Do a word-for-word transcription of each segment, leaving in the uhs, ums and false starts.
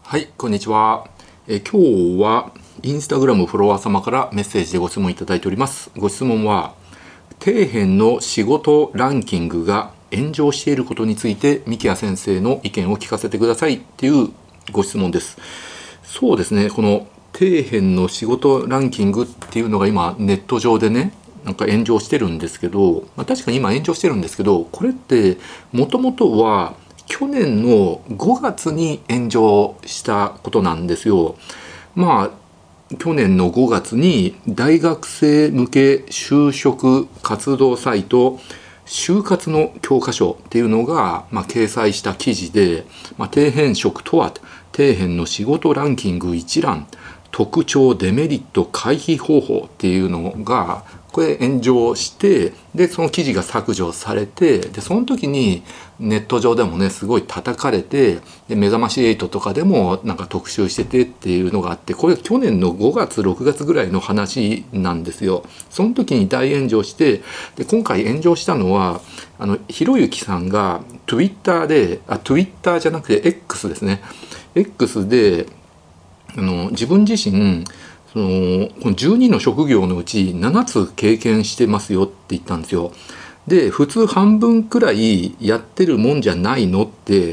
はい、こんにちは。え今日はインスタグラムフォロワー様からメッセージでご質問いただいております。ご質問は、底辺の仕事ランキングが炎上していることについて、三木谷先生の意見を聞かせてくださいっていうご質問です。そうですね、この底辺の仕事ランキングっていうのが今ネット上でね、なんか炎上してるんですけど、まあ、確かに今炎上してるんですけど、これってもともとは去年のごがつに炎上したことなんですよ。まあ去年のごがつに大学生向け就職活動サイト就活の教科書っていうのが、まあ、掲載した記事で、まあ、底辺職とは底辺の仕事ランキング一覧特徴デメリット回避方法っていうのがこれ炎上して、でその記事が削除されて、でその時にネット上でもねすごい叩かれて、で目覚ましエイトとかでもなんか特集しててっていうのがあって、これ去年のごがつろくがつぐらいの話なんですよ。その時に大炎上して、で今回炎上したのはあのひろゆきさんが Twitter であ Twitter じゃなくて X ですね X であの自分自身そのこのじゅうにの職業のうちななつ経験してますよって言ったんですよ。で普通半分くらいやってるもんじゃないのって、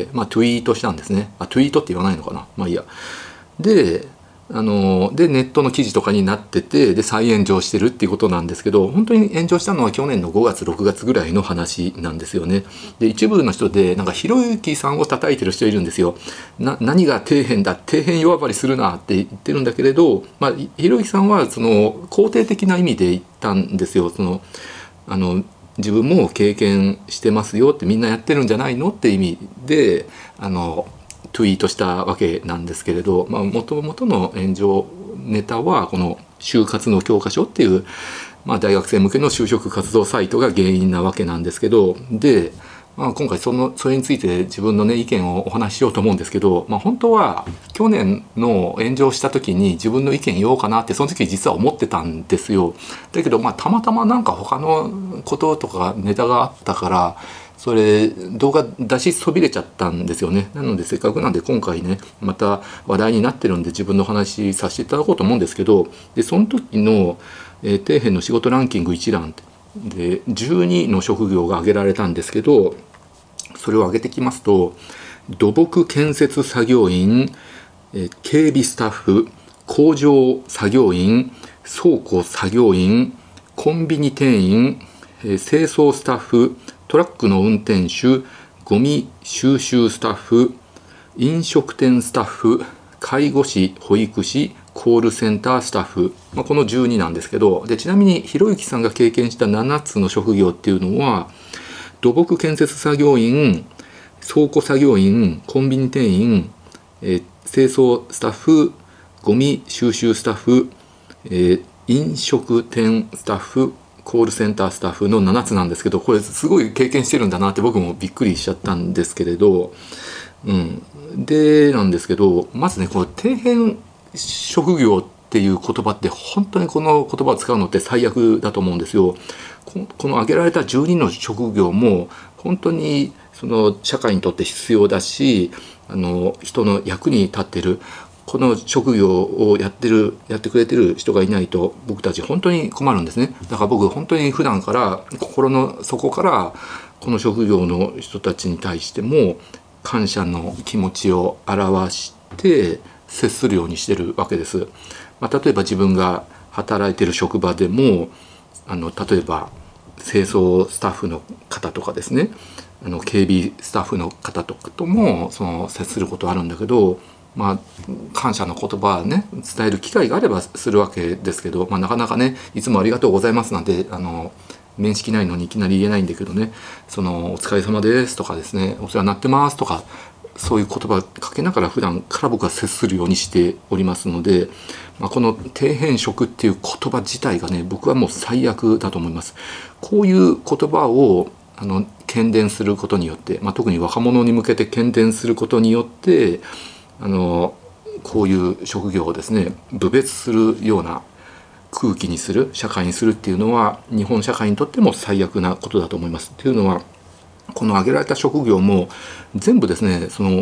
まあ、ツイートしたんですね。あツイートって言わないのかな、まあいいや。であのでネットの記事とかになってて、で再炎上してるっていうことなんですけど、本当に炎上したのは去年のごがつろくがつぐらいの話なんですよね。で一部の人でなんかひろゆきさんを叩いてる人いるんですよ。な何が底辺だ、底辺弱張りするなって言ってるんだけれど、まあ、ひろゆきさんはその肯定的な意味で言ったんですよ。そのあの自分も経験してますよって、みんなやってるんじゃないのって意味であのツイートしたわけなんですけれど、もともとの炎上ネタはこの就活の教科書っていう、まあ、大学生向けの就職活動サイトが原因なわけなんですけど、で、まあ、今回そのそれについて自分のね意見をお話ししようと思うんですけど、まあ、本当は去年の炎上した時に自分の意見言おうかなってその時実は思ってたんですよ。だけどまあたまたまなんか他のこととかネタがあったからそれ動画出しそびれちゃったんですよね。なのでせっかくなんで今回ねまた話題になってるんで自分の話させていただこうと思うんですけど、でその時の、えー、底辺の仕事ランキング一覧でじゅうにの職業が挙げられたんですけど、それを挙げてきますと土木建設作業員、えー、警備スタッフ、工場作業員、倉庫作業員、コンビニ店員、えー、清掃スタッフ、トラックの運転手、ゴミ収集スタッフ、飲食店スタッフ、介護士、保育士、コールセンタースタッフ、まあ、このじゅうになんですけど、でちなみにひろゆきさんが経験したななつの職業っていうのは土木建設作業員、倉庫作業員、コンビニ店員、えー、清掃スタッフ、ゴミ収集スタッフ、えー、飲食店スタッフ、コールセンタースタッフのななつなんですけど、これすごい経験してるんだなって僕もびっくりしちゃったんですけれど、うん、でなんですけど、まずねこの底辺職業っていう言葉って本当にこの言葉を使うのって最悪だと思うんですよ。この挙げられたじゅうにの職業も本当にその社会にとって必要だし、あの人の役に立ってるこの職業をやってるやってくれてる人がいないと僕たち本当に困るんですね。だから僕本当に普段から心の底からこの職業の人たちに対しても感謝の気持ちを表して接するようにしてるわけです。まあ、例えば自分が働いてる職場でもあの例えば清掃スタッフの方とかですね、あの警備スタッフの方とかともその接することあるんだけど、まあ、感謝の言葉をね伝える機会があればするわけですけど、まあ、なかなかねいつもありがとうございますなんてあの面識ないのにいきなり言えないんだけどね、そのお疲れ様ですとかですね、お世話になってますとか、そういう言葉をかけながら普段から僕は接するようにしておりますので、まあ、この底辺職っていう言葉自体がね僕はもう最悪だと思います。こういう言葉をあの喧伝することによって、まあ、特に若者に向けて喧伝することによってあのこういう職業をですね侮蔑するような空気にする社会にするっていうのは日本社会にとっても最悪なことだと思います。というのはこの挙げられた職業も全部ですねその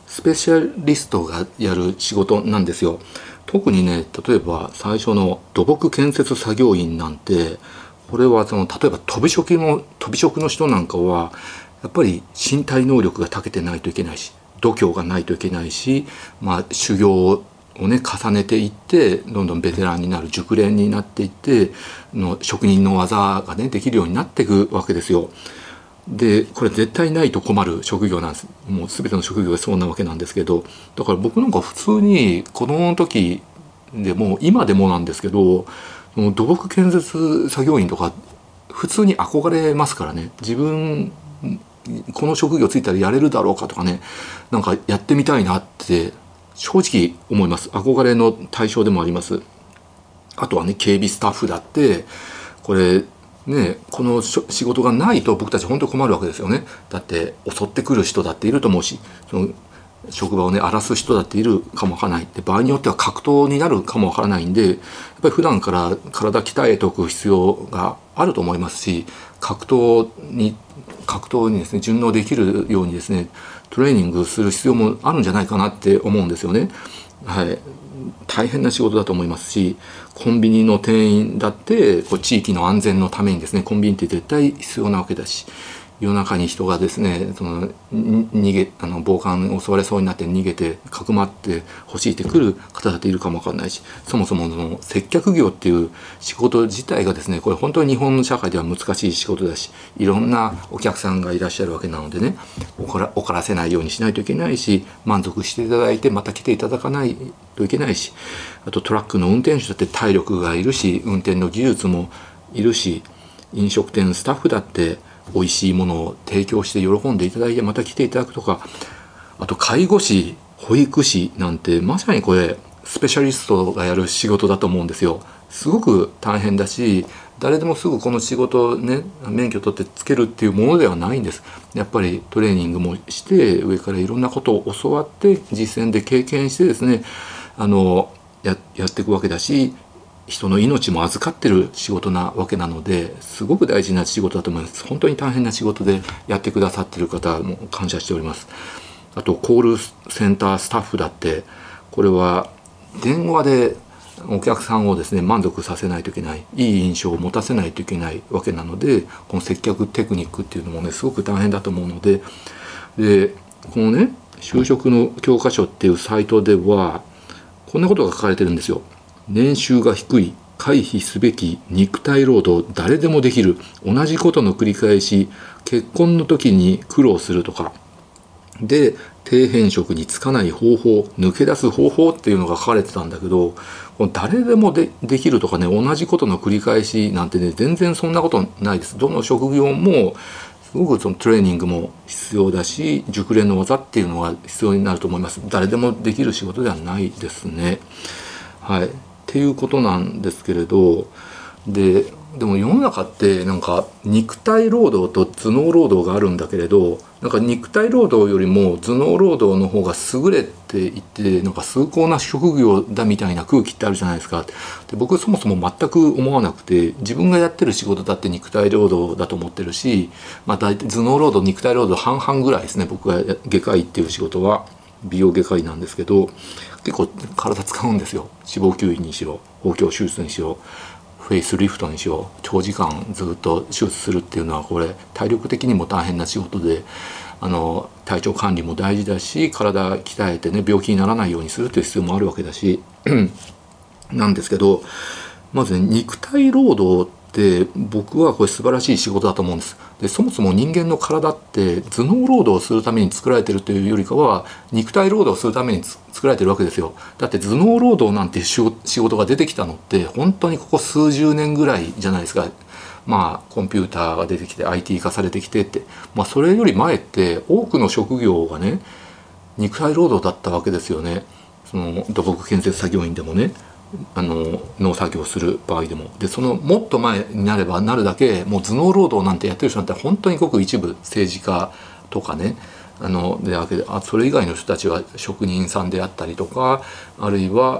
スペシャリストがやる仕事なんですよ。特にね、例えば最初の土木建設作業員なんて、これはその例えば飛び職の飛び職の人なんかはやっぱり身体能力が長けてないといけないし、度胸がないといけないし、まあ、修行をね重ねていってどんどんベテランになる、熟練になっていっての職人の技がねできるようになっていくわけですよ。でこれ絶対ないと困る職業なんです。もう全ての職業がそうなわけなんですけど、だから僕なんか普通に子供の時でも今でもなんですけど、土木建設作業員とか普通に憧れますからね。自分この職業ついたらやれるだろうかとかね、なんかやってみたいなって正直思います。憧れの対象でもあります。あとはね、警備スタッフだってこれね、この仕事がないと僕たち本当に困るわけですよね。だって襲ってくる人だっていると思うし、その職場をね荒らす人だっているかもわからない。で場合によっては格闘になるかもわからないんで、やっぱり普段から体鍛えておく必要があると思いますし、格闘に格闘にですね順応できるようにですねトレーニングする必要もあるんじゃないかなって思うんですよね。はい、大変な仕事だと思いますし、コンビニの店員だってこう地域の安全のためにですね、コンビニって絶対必要なわけだし、夜中に人がですねその逃げあの暴漢に襲われそうになって逃げてかくまってほしいってくる方だっているかもわかんないし、そもそもその接客業っていう仕事自体がですね、これ本当に日本の社会では難しい仕事だし、いろんなお客さんがいらっしゃるわけなのでね、怒ら怒らせないようにしないといけないし、満足していただいてまた来ていただかないといけないし、あとトラックの運転手だって体力がいるし、運転の技術もいるし、飲食店スタッフだって美味しいものを提供して喜んでいただいてまた来ていただくとか、あと介護士、保育士なんてまさにこれスペシャリストがやる仕事だと思うんですよ。すごく大変だし、誰でもすぐこの仕事をね免許取ってつけるっていうものではないんです。やっぱりトレーニングもして上からいろんなことを教わって実践で経験してですね、あの や, やっていくわけだし、人の命も預かってる仕事なわけなので、すごく大事な仕事だと思います。本当に大変な仕事でやってくださってる方も感謝しております。あとコールセンタースタッフだって、これは電話でお客さんをですね満足させないといけない、いい印象を持たせないといけないわけなので、この接客テクニックっていうのもねすごく大変だと思うので、でこのね就職の教科書っていうサイトではこんなことが書かれてるんですよ。年収が低い、回避すべき肉体労働、誰でもできる、同じことの繰り返し、結婚の時に苦労するとかで底辺職に就かない方法、抜け出す方法っていうのが書かれてたんだけど、誰でも で, できるとかね、同じことの繰り返しなんてね全然そんなことないです。どの職業もすごくそのトレーニングも必要だし、熟練の技っていうのが必要になると思います。誰でもできる仕事ではないですね。はい、っていうことなんですけれど、ででも世の中ってなんか肉体労働と頭脳労働があるんだけれど、なんか肉体労働よりも頭脳労働の方が優れていて、なんか崇高な職業だみたいな空気ってあるじゃないですか。で僕そもそも全く思わなくて、自分がやってる仕事だって肉体労働だと思ってるし、まあ、大体頭脳労働肉体労働半々ぐらいですね。僕が外科医っていう仕事は美容外科医なんですけど、結構体使うんですよ。脂肪吸引にしろ、包協手術にしろ、フェイスリフトにしろ、長時間ずっと手術するっていうのはこれ体力的にも大変な仕事で、あの体調管理も大事だし、体鍛えてね病気にならないようにするという必要もあるわけだしなんですけど、まず、ね、肉体労働って僕はこれ素晴らしい仕事だと思うんです。でそもそも人間の体って頭脳労働をするために作られてるというよりかは肉体労働をするために作られてるわけですよ。だって頭脳労働なんて仕事が出てきたのって本当にここ数十年ぐらいじゃないですか。まあコンピューターが出てきて アイティー 化されてきてって、まあそれより前って多くの職業がね肉体労働だったわけですよね。その土木建設作業員でもね、あの農作業する場合でも。でそのもっと前になればなるだけもう頭脳労働なんてやってる人なんて本当にごく一部、政治家とかね、あのであそれ以外の人たちは職人さんであったりとか、あるいは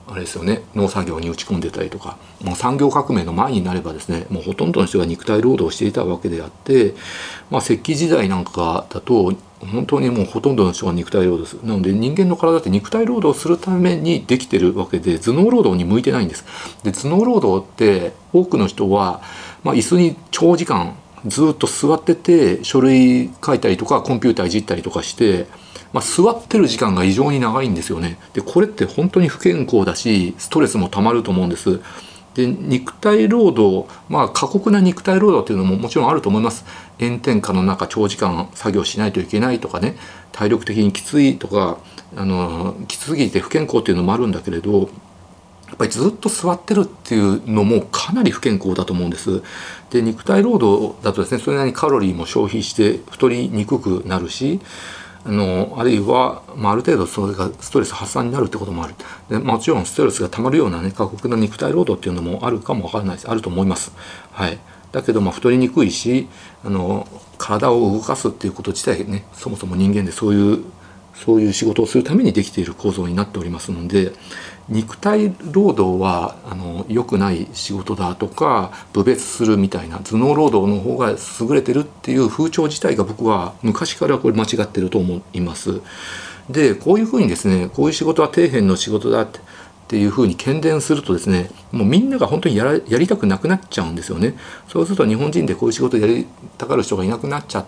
あれですよね、農作業に打ち込んでたりとか、もう産業革命の前になればですね、もうほとんどの人が肉体労働をしていたわけであって、まあ、石器時代なんかだと本当にもうほとんどの人が肉体労働する。なので人間の体って肉体労働をするためにできてるわけで、頭脳労働に向いてないんです。で頭脳労働って多くの人は、まあ、椅子に長時間ずっと座ってて書類書いたりとかコンピューターいじったりとかして、まあ、座ってる時間が異常に長いんですよね。でこれって本当に不健康だしストレスもたまると思うんです。で肉体労働、まあ過酷な肉体労働っていうのももちろんあると思います。炎天下の中長時間作業しないといけないとかね、体力的にきついとか、あのきつすぎて不健康っていうのもあるんだけれど、やっぱりずっと座ってるっていうのもかなり不健康だと思うんです。で肉体労働だとですね、それなりにカロリーも消費して太りにくくなるし、あのあるいは、まあ、ある程度それがストレス発散になるってこともある。でもちろんストレスがたまるようなね過酷な肉体労働っていうのもあるかもわからないです。あると思います。はい、だけどまあ太りにくいし、あの体を動かすっていうこと自体ね、そもそも人間でそういうそういう仕事をするためにできている構造になっておりますので、肉体労働はあの良くない仕事だとか侮蔑するみたいな、頭脳労働の方が優れてるっていう風潮自体が僕は昔からこれ間違ってると思います。でこういうふうにですね、こういう仕事は底辺の仕事だってっていうふうに喧伝するとですね、もうみんなが本当にやらやりたくなくなっちゃうんですよね。そうすると日本人でこういう仕事やりたがる人がいなくなっちゃって、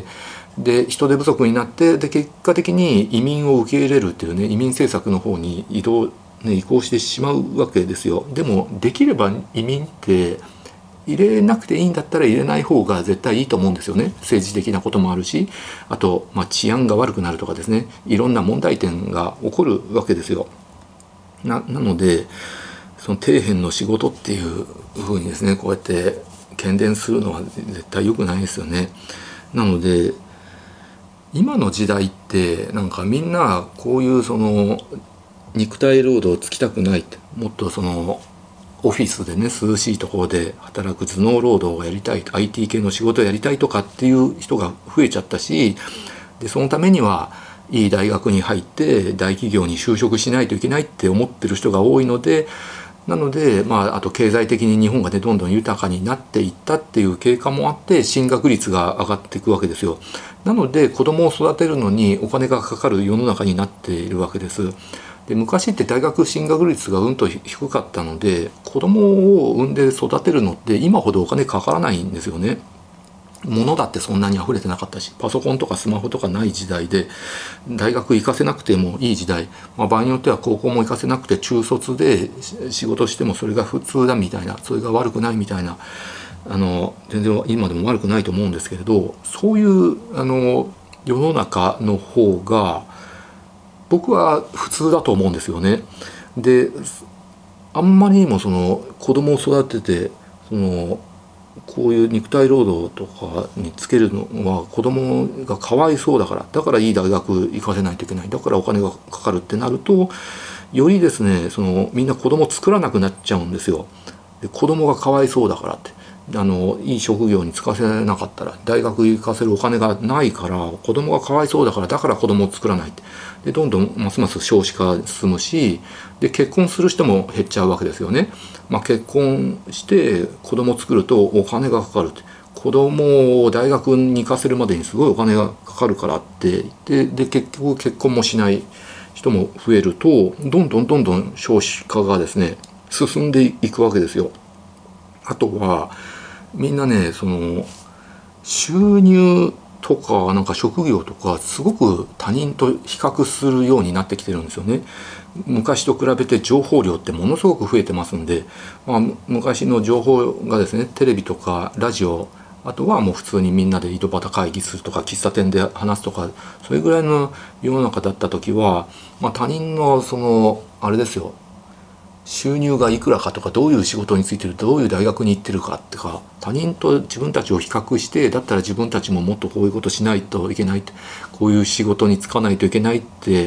で人手不足になって、で結果的に移民を受け入れるっていうね、移民政策の方に移動、ね、移行してしまうわけですよ。でもできれば移民って入れなくていいんだったら入れない方が絶対いいと思うんですよね。政治的なこともあるし、あと、まあ、治安が悪くなるとかですね、いろんな問題点が起こるわけですよ。な, なのでその底辺の仕事っていうふうにですね、こうやって喧伝するのは絶対良くないですよね。なので今の時代ってなんかみんなこういうその肉体労働をつきたくないって、もっとそのオフィスでね涼しいところで働く頭脳労働をやりたい、 アイティー 系の仕事をやりたいとかっていう人が増えちゃったし、でそのためにはいい大学に入って大企業に就職しないといけないって思ってる人が多いので、なので、まあ、あと経済的に日本がねどんどん豊かになっていったっていう経過もあって進学率が上がっていくわけですよ。なので子供を育てるのにお金がかかる世の中になっているわけです。で昔って大学進学率がうんと低かったので、子供を産んで育てるのって今ほどお金かからないんですよね。物だってそんなに溢れてなかったし、パソコンとかスマホとかない時代で、大学行かせなくてもいい時代、まあ、場合によっては高校も行かせなくて中卒で仕事してもそれが普通だみたいな、それが悪くないみたいな、あの全然今でも悪くないと思うんですけれど、そういうあの世の中の方が僕は普通だと思うんですよね。であんまりにもその子供を育ててそのこういう肉体労働とかにつけるのは子供がかわいそうだから、だからいい大学行かせないといけない、だからお金がかかるってなると、よりですねそのみんな子供作らなくなっちゃうんですよ。で子供がかわいそうだからって、あのいい職業に就かせなかったら、大学行かせるお金がないから子供がかわいそうだから、だから子供を作らないって、でどんどんますます少子化進むし、で結婚する人も減っちゃうわけですよね。まあ、結婚して子供を作るとお金がかかるって、子供を大学に行かせるまでにすごいお金がかかるからってでで結局結婚もしない人も増えると、どんどんどんどん少子化がですね進んでいくわけですよ。あとはみんなねその収入とかなんか職業とかすごく他人と比較するようになってきてるんですよね。昔と比べて情報量ってものすごく増えてますんで、まあ、昔の情報がですねテレビとかラジオ、あとはもう普通にみんなで井戸端会議するとか喫茶店で話すとか、それぐらいの世の中だった時は、まあ、他人のそのあれですよ、収入がいくらかとか、どういう仕事に就いてる、どういう大学に行ってるかってか、他人と自分たちを比較して、だったら自分たちももっとこういうことしないといけないって、こういう仕事に就かないといけないって、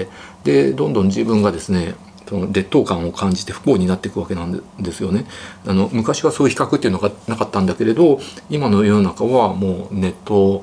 でどんどん自分がですねその劣等感を感じて不幸になっていくわけなんですよね。あの昔はそういう比較っていうのがなかったんだけれど、今の世の中はもうネット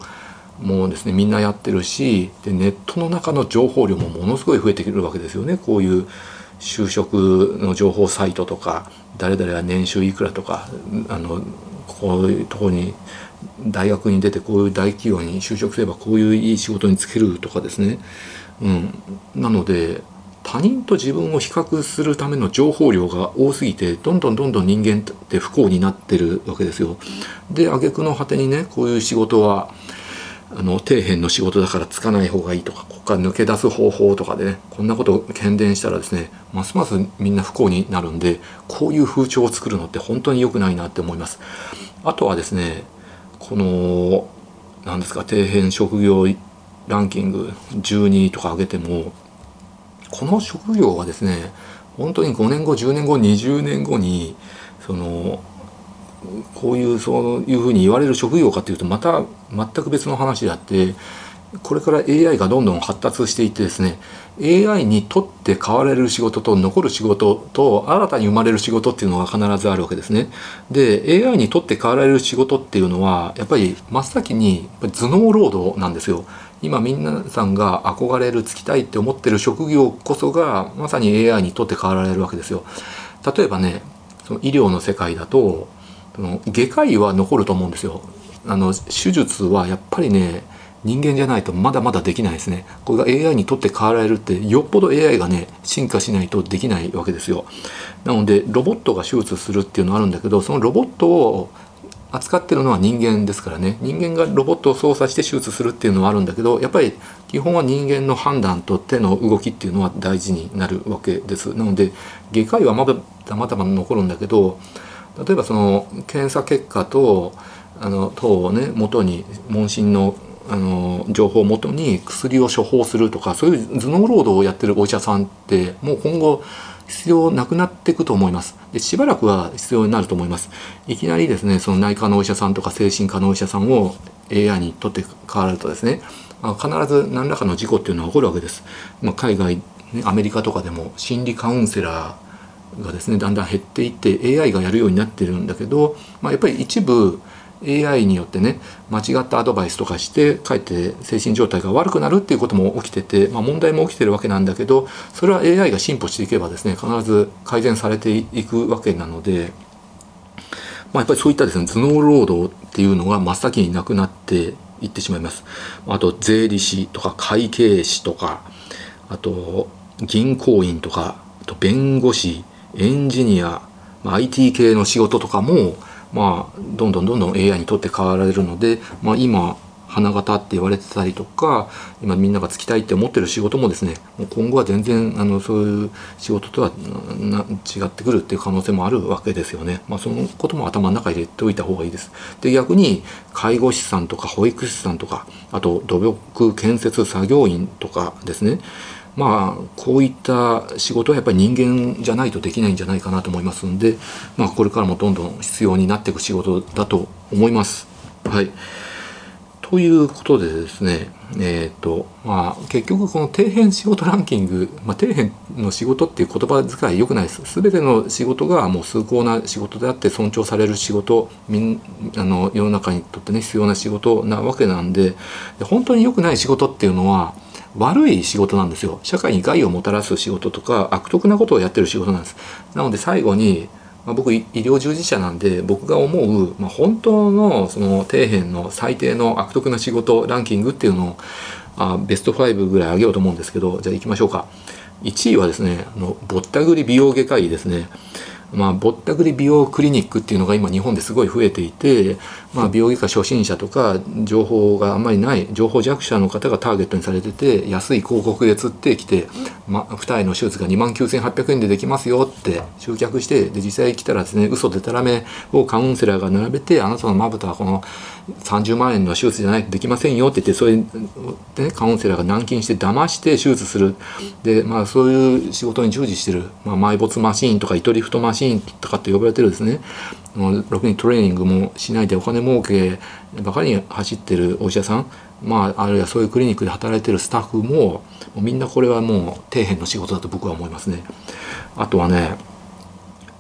もうですねみんなやってるし、でネットの中の情報量もものすごい増えてくるわけですよね。こういう就職の情報サイトとか、誰々は年収いくらとか、あのこういうところに大学に出てこういう大企業に就職すればこういういい仕事に就けるとかですね、うん、なので他人と自分を比較するための情報量が多すぎて、どんどんどんどん人間って不幸になってるわけですよ。で挙句の果てにね、こういう仕事はあの底辺の仕事だからつかない方がいいとか、ここから抜け出す方法とかでね、こんなことを喧伝したらですね、ますますみんな不幸になるんで、こういう風潮を作るのって本当に良くないなって思います。あとはですね、この何ですか、底辺職業ランキングじゅうにいとか上げても、この職業はですね、本当にごねんごじゅうねんごにじゅうねんごにそのこういうそういうふうに言われる職業かというとまた全く別の話であって、これから エーアイ がどんどん発達していってですね、 エーアイ にとって変われる仕事と残る仕事と新たに生まれる仕事っていうのが必ずあるわけですね。で エーアイ にとって変わられる仕事っていうのはやっぱり真っ先に頭脳労働なんですよ。今皆さんが憧れる、就きたいって思ってる職業こそがまさに エーアイ にとって変わられるわけですよ。例えばね、その医療の世界だとその外科医は残ると思うんですよ。あの手術はやっぱりね、人間じゃないとまだまだできないですね。これが エーアイ にとって変わられるって、よっぽど エーアイ がね進化しないとできないわけですよ。なのでロボットが手術するっていうのはあるんだけど、そのロボットを扱ってるのは人間ですからね、人間がロボットを操作して手術するっていうのはあるんだけど、やっぱり基本は人間の判断と手の動きっていうのは大事になるわけです。なので外科医はまだまだ残るんだけど、例えばその検査結果とあの等をね元に、問診のあの情報をもとに薬を処方するとか、そういう頭脳労働をやってるお医者さんってもう今後必要なくなっていくと思います。でしばらくは必要になると思います。いきなりですね、その内科のお医者さんとか精神科のお医者さんを エーアイ にとって変わるとですね、まあ、必ず何らかの事故っていうのは起こるわけです。まあ、海外、ね、アメリカとかでも心理カウンセラーがですねだんだん減っていって エーアイ がやるようになってるんだけど、まあ、やっぱり一部エーアイ によってね間違ったアドバイスとかしてかえって精神状態が悪くなるっていうことも起きてて、まあ、問題も起きてるわけなんだけど、それは エーアイ が進歩していけばですね必ず改善されていくわけなので、まあ、やっぱりそういったですね頭脳労働っていうのが真っ先になくなっていってしまいます。あと税理士とか会計士とか、あと銀行員とか、あと弁護士、エンジニア、まあ、アイティー 系の仕事とかもまあ、どんどんどんどん エーアイ にとって変わられるので、まあ、今花形って言われてたりとか、今みんなが就きたいって思ってる仕事もですね、もう今後は全然あのそういう仕事とはな違ってくるっていう可能性もあるわけですよね。まあ、そのことも頭の中に入れておいた方がいいです。で逆に介護士さんとか保育士さんとか、あと土木建設作業員とかですね、まあこういった仕事はやっぱり人間じゃないとできないんじゃないかなと思いますので、まあ、これからもどんどん必要になっていく仕事だと思います。はい。ということでですね、えーとまあ、結局この底辺仕事ランキング、まあ、底辺の仕事っていう言葉遣い良くないです。全ての仕事がもう崇高な仕事であって尊重される仕事、みんあの世の中にとってね必要な仕事なわけなんで、で本当に良くない仕事っていうのは悪い仕事なんですよ。社会に害をもたらす仕事とか悪徳なことをやってる仕事なんです。なので最後に、まあ、僕医療従事者なんで僕が思う、まあ、本当のその底辺の最低の悪徳な仕事ランキングっていうのをあベストごぐらい上げようと思うんですけど、じゃあ行きましょうか。いちいはですね、あのぼったくり美容外科医ですね。まあ、ぼったくり美容クリニックっていうのが今日本ですごい増えていて、まあ、美容外科初心者とか情報があんまりない情報弱者の方がターゲットにされてて、安い広告で釣ってきて、まあ、二重の手術がにまんきゅうせんはっぴゃくえんでできますよって集客して、で実際来たらですね嘘でたらめをカウンセラーが並べて、あなたのまぶたはこのさんじゅうまんえんの手術じゃないとできませんよって言って、それで、ね、カウンセラーが軟禁して騙して手術する。で、まあ、そういう仕事に従事してる、まあ、埋没マシーンとか糸リフトマシーンとかって呼ばれてるですね、ろくにトレーニングもしないでお金儲けばかりに走ってるお医者さん、まあ、あるいはそういうクリニックで働いてるスタッフも、もうみんなこれはもう底辺の仕事だと僕は思いますね。あとはね、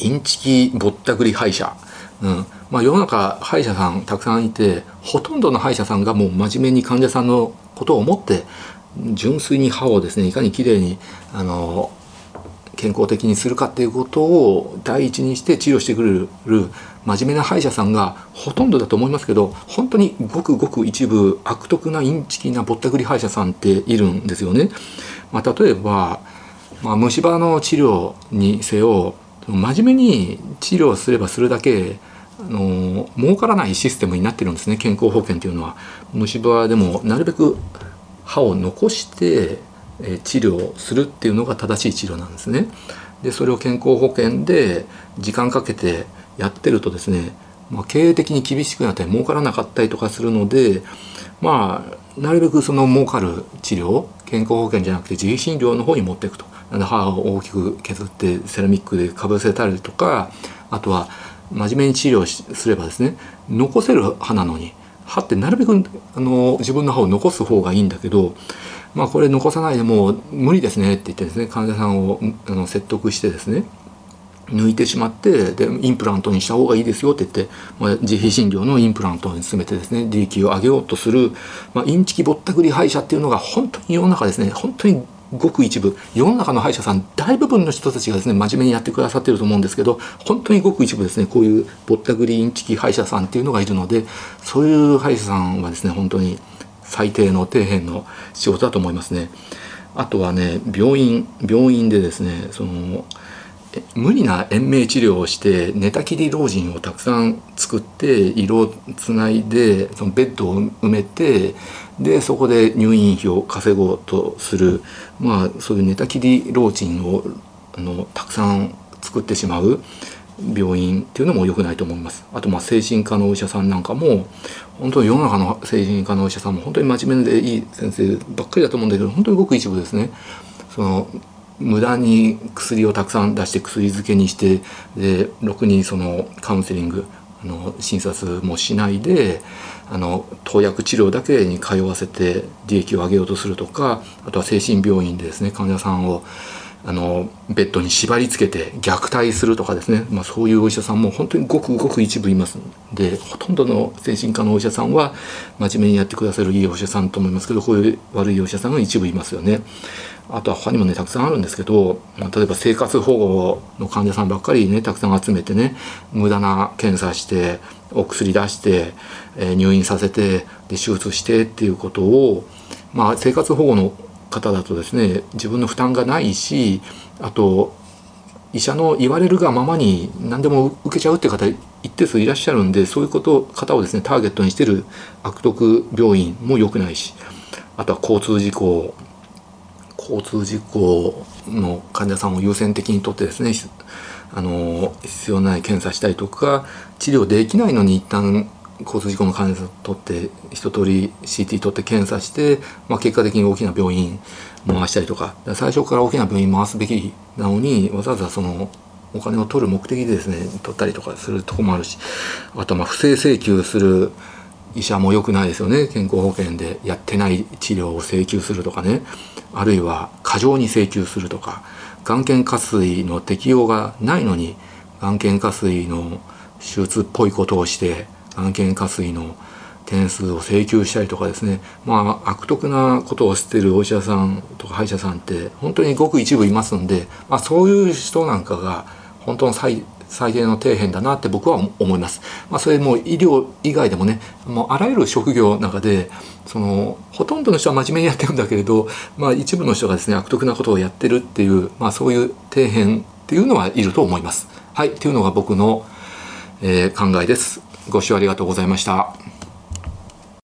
インチキぼったくり歯医者、うんまあ、世の中歯医者さんたくさんいて、ほとんどの歯医者さんがもう真面目に患者さんのことを思って純粋に歯をですねいかにきれいにあの健康的にするかっていうことを第一にして治療してくれる真面目な歯医者さんがほとんどだと思いますけど、本当にごくごく一部悪徳なインチキなぼったくり歯医者さんっているんですよね。まあ、例えば、まあ、虫歯の治療にせよ真面目に治療すればするだけあの儲からないシステムになってるんですね。健康保険というのは虫歯でもなるべく歯を残して治療するっていうのが正しい治療なんですね。でそれを健康保険で時間かけてやってるとですね、まあ、経営的に厳しくなったり儲からなかったりとかするので、まあなるべくその儲かる治療健康保険じゃなくて自費診療の方に持っていくと。歯を大きく削ってセラミックでかぶせたりとか、あとは真面目に治療すればですね、残せる歯なのに歯ってなるべくあの自分の歯を残す方がいいんだけど、まあこれ残さないでもう無理ですねって言ってですね、患者さんをあの説得してですね抜いてしまって、でインプラントにした方がいいですよって言って、まあ、自費診療のインプラントに進めてですね利益を上げようとする、まあ、インチキぼったくり歯医者っていうのが本当に世の中ですね、本当にごく一部、世の中の歯医者さん大部分の人たちがですね真面目にやってくださってると思うんですけど、本当にごく一部ですねこういうぼったくりインチキ歯医者さんっていうのがいるので、そういう歯医者さんはですね本当に最低の底辺の仕事だと思いますね。あとはね、病院病院でですねその無理な延命治療をして寝たきり老人をたくさん作って色をつないでそのベッドを埋めて、でそこで入院費を稼ごうとする、まあそういう寝たきり老人をあのたくさん作ってしまう病院っていうのも良くないと思います。あとまあ精神科のお医者さんなんかも本当に世の中の精神科のお医者さんも本当に真面目でいい先生ばっかりだと思うんだけど、本当にごく一部ですねその無駄に薬をたくさん出して薬漬けにして、でろくにそのカウンセリングあの診察もしないであの投薬治療だけに通わせて利益を上げようとするとか、あとは精神病院でですね患者さんをあのベッドに縛り付けて虐待するとかですね、まあ、そういうお医者さんも本当にごくごく一部いますので、ほとんどの精神科のお医者さんは真面目にやってくださるいいお医者さんと思いますけど、こういう悪いお医者さんが一部いますよね。あとは他にもねたくさんあるんですけど、まあ、例えば生活保護の患者さんばっかりねたくさん集めてね無駄な検査してお薬出して、えー、入院させてで手術してっていうことを、まあ、生活保護の方だとですね自分の負担がないし、あと医者の言われるがままに何でも受けちゃうっていう方一定数いらっしゃるんで、そういうこと方をですねターゲットにしてる悪徳病院も良くないし、あとは交通事故交通事故の患者さんを優先的にとってですねあの必要ない検査したりとか、治療できないのに一旦交通事故の患者さんを取って一通り シーティー 取って検査して、まあ、結果的に大きな病院回したりとか、最初から大きな病院回すべきなのにわざわざそのお金を取る目的でですね取ったりとかするとこもあるし、あとまあ不正請求する医者も良くないですよね。健康保険でやってない治療を請求するとかね、あるいは過剰に請求するとか、眼瞼下垂の適用がないのに眼瞼下垂の手術っぽいことをして眼瞼下垂の点数を請求したりとかですね、まあ悪徳なことをしているお医者さんとか歯医者さんって本当にごく一部いますんで、まあ、そういう人なんかが本当の最最低の底辺だなって僕は思います。まあ、それも医療以外でもね、もうあらゆる職業の中でそのほとんどの人は真面目にやってるんだけれど、まあ、一部の人がですね悪徳なことをやってるっていう、まあ、そういう底辺っていうのはいると思います。はい、っていうのが僕の、えー、考えです。ご視聴ありがとうございました。